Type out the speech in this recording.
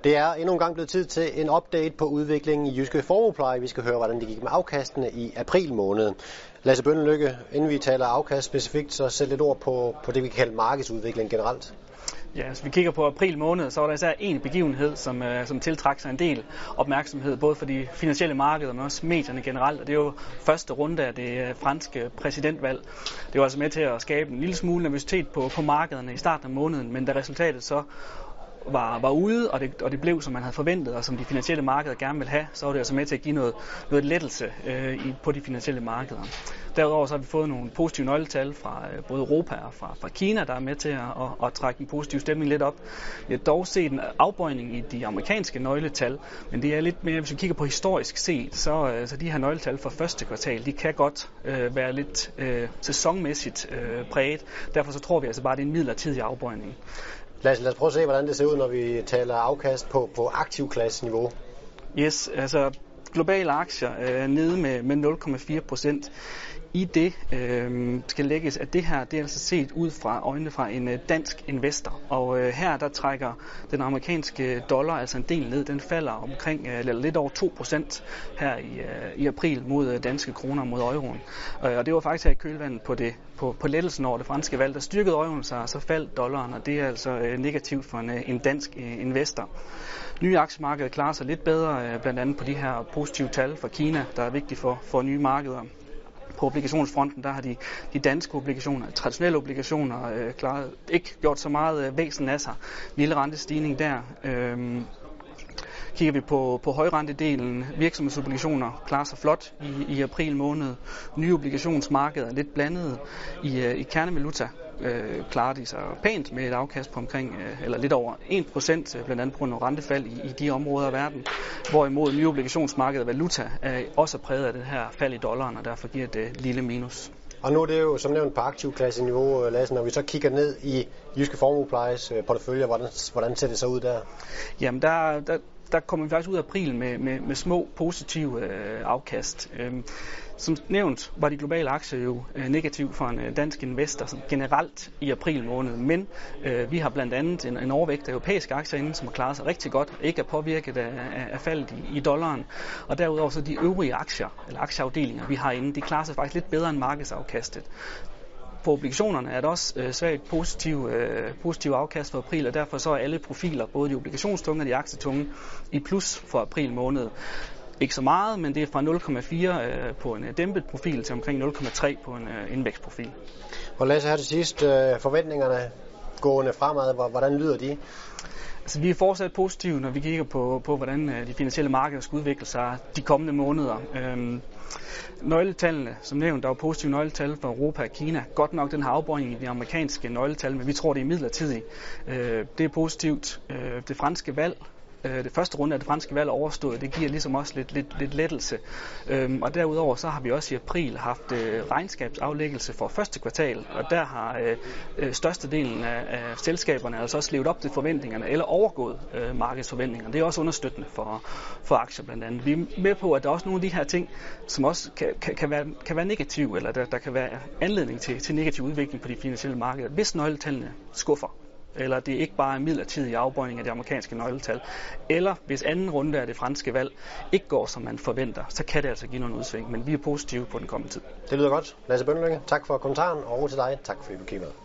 Det er endnu en gang blevet tid til en update på udviklingen i Jyske Formuepleje. Vi skal høre, hvordan det gik med afkastene i april måned. Lasse Bønnelykke, inden vi taler afkast specifikt, så sæt lidt ord på det, vi kan kalde markedsudvikling generelt. Ja, hvis vi kigger på april måned, så var der især en begivenhed, som tiltrak sig en del opmærksomhed, både for de finansielle markeder, men også medierne generelt. Og det er jo første runde af det franske præsidentvalg. Det var altså med til at skabe en lille smule nervøsitet på markederne i starten af måneden, men da resultatet så var ude, og det blev, som man havde forventet, og som de finansielle markeder gerne vil have, så var det altså med til at give noget lettelse på de finansielle markeder. Derudover så har vi fået nogle positive nøgletal fra både Europa og fra Kina, der er med til at trække den positive stemning lidt op. Vi har dog set en afbøjning i de amerikanske nøgletal, men det er lidt mere, hvis vi kigger på historisk set, så de her nøgletal for første kvartal, de kan godt være lidt sæsonmæssigt præget. Derfor så tror vi altså bare, at det er en midlertidig afbøjning. Lad os prøve at se, hvordan det ser ud, når vi taler afkast på aktivklasseniveau. Yes, altså globale aktier er nede med 0,4%. I det skal lægges, at det her det er altså set ud fra øjnene fra en dansk investor. Og her der trækker den amerikanske dollar altså en del ned. Den falder omkring lidt over 2% her i april mod danske kroner mod euroen. Og det var faktisk her i kølvandet på lettelsen over det franske valg. Der styrkede euroen sig, og så faldt dollaren, og det er altså negativt for en dansk investor. Nye aktiemarkeder klarer sig lidt bedre, blandt andet på de her positive tal fra Kina, der er vigtigt for nye markeder. På obligationsfronten, der har de danske obligationer, traditionelle obligationer, ikke gjort så meget væsen af sig. Lille rentestigning der. Kigger vi på højrentedelen, virksomhedsobligationer klarer sig flot i april måned. Nye obligationsmarkeder er lidt blandet i kernevaluta. Klarer de sig pænt med et afkast på omkring, eller lidt over 1%, blandt andet på nogle rentefald i de områder af verden. Hvorimod nye obligationsmarkeder valuta er også præget af det her fald i dollaren, og derfor giver det lille minus. Og nu er det jo som nævnt på aktivklasseniveau, Lasse, når vi så kigger ned i Jyske Formueplejes portefølje, hvordan ser det så ud der? Jamen der kommer vi faktisk ud af april med små positive afkast. Som nævnt var de globale aktier jo negativ for en dansk investor generelt i april måned, men vi har blandt andet en overvægt af europæiske aktier inde, som har klaret sig rigtig godt, ikke er påvirket af faldet i dollaren. Og derudover så de øvrige aktier, eller aktieafdelinger, vi har inde, de klarer sig faktisk lidt bedre end markedsafkastet. På obligationerne er der også svagt positiv afkast for april, og derfor så er alle profiler, både de obligationstunge og de aktietunge, i plus for april måned. Ikke så meget, men det er fra 0,4 på en dæmpet profil til omkring 0,3 på en indvækstprofil. Og Lasse, her til sidst, forventningerne gående fremad, hvordan lyder de? Altså, vi er fortsat positive, når vi kigger på hvordan de finansielle markeder skal udvikle sig de kommende måneder. Nøgletallene, som nævnt, der er positive nøgletal for Europa og Kina. Godt nok den her afbøjning i de amerikanske nøgletal, men vi tror, det er midlertidigt. Det er positivt. Det franske valg, det første runde af det franske valg overstået, det giver ligesom også lidt lettelse. Og derudover så har vi også i april haft regnskabsaflæggelse for første kvartal, og der har størstedelen af selskaberne altså også levet op til forventningerne, eller overgået markedsforventningerne. Det er også understøttende for aktier blandt andet. Vi er med på, at der er også nogle af de her ting, som også kan være negative, eller der kan være anledning til negativ udvikling på de finansielle markeder, hvis nøgletallene skuffer. Eller det ikke bare er midlertidig afbøjning af de amerikanske nøgletal, eller hvis anden runde af det franske valg ikke går, som man forventer, så kan det altså give nogle udsving, men vi er positive på den kommende tid. Det lyder godt. Lasse Bønnelykke, tak for kommentaren, og over til dig. Tak fordi du kiggede med.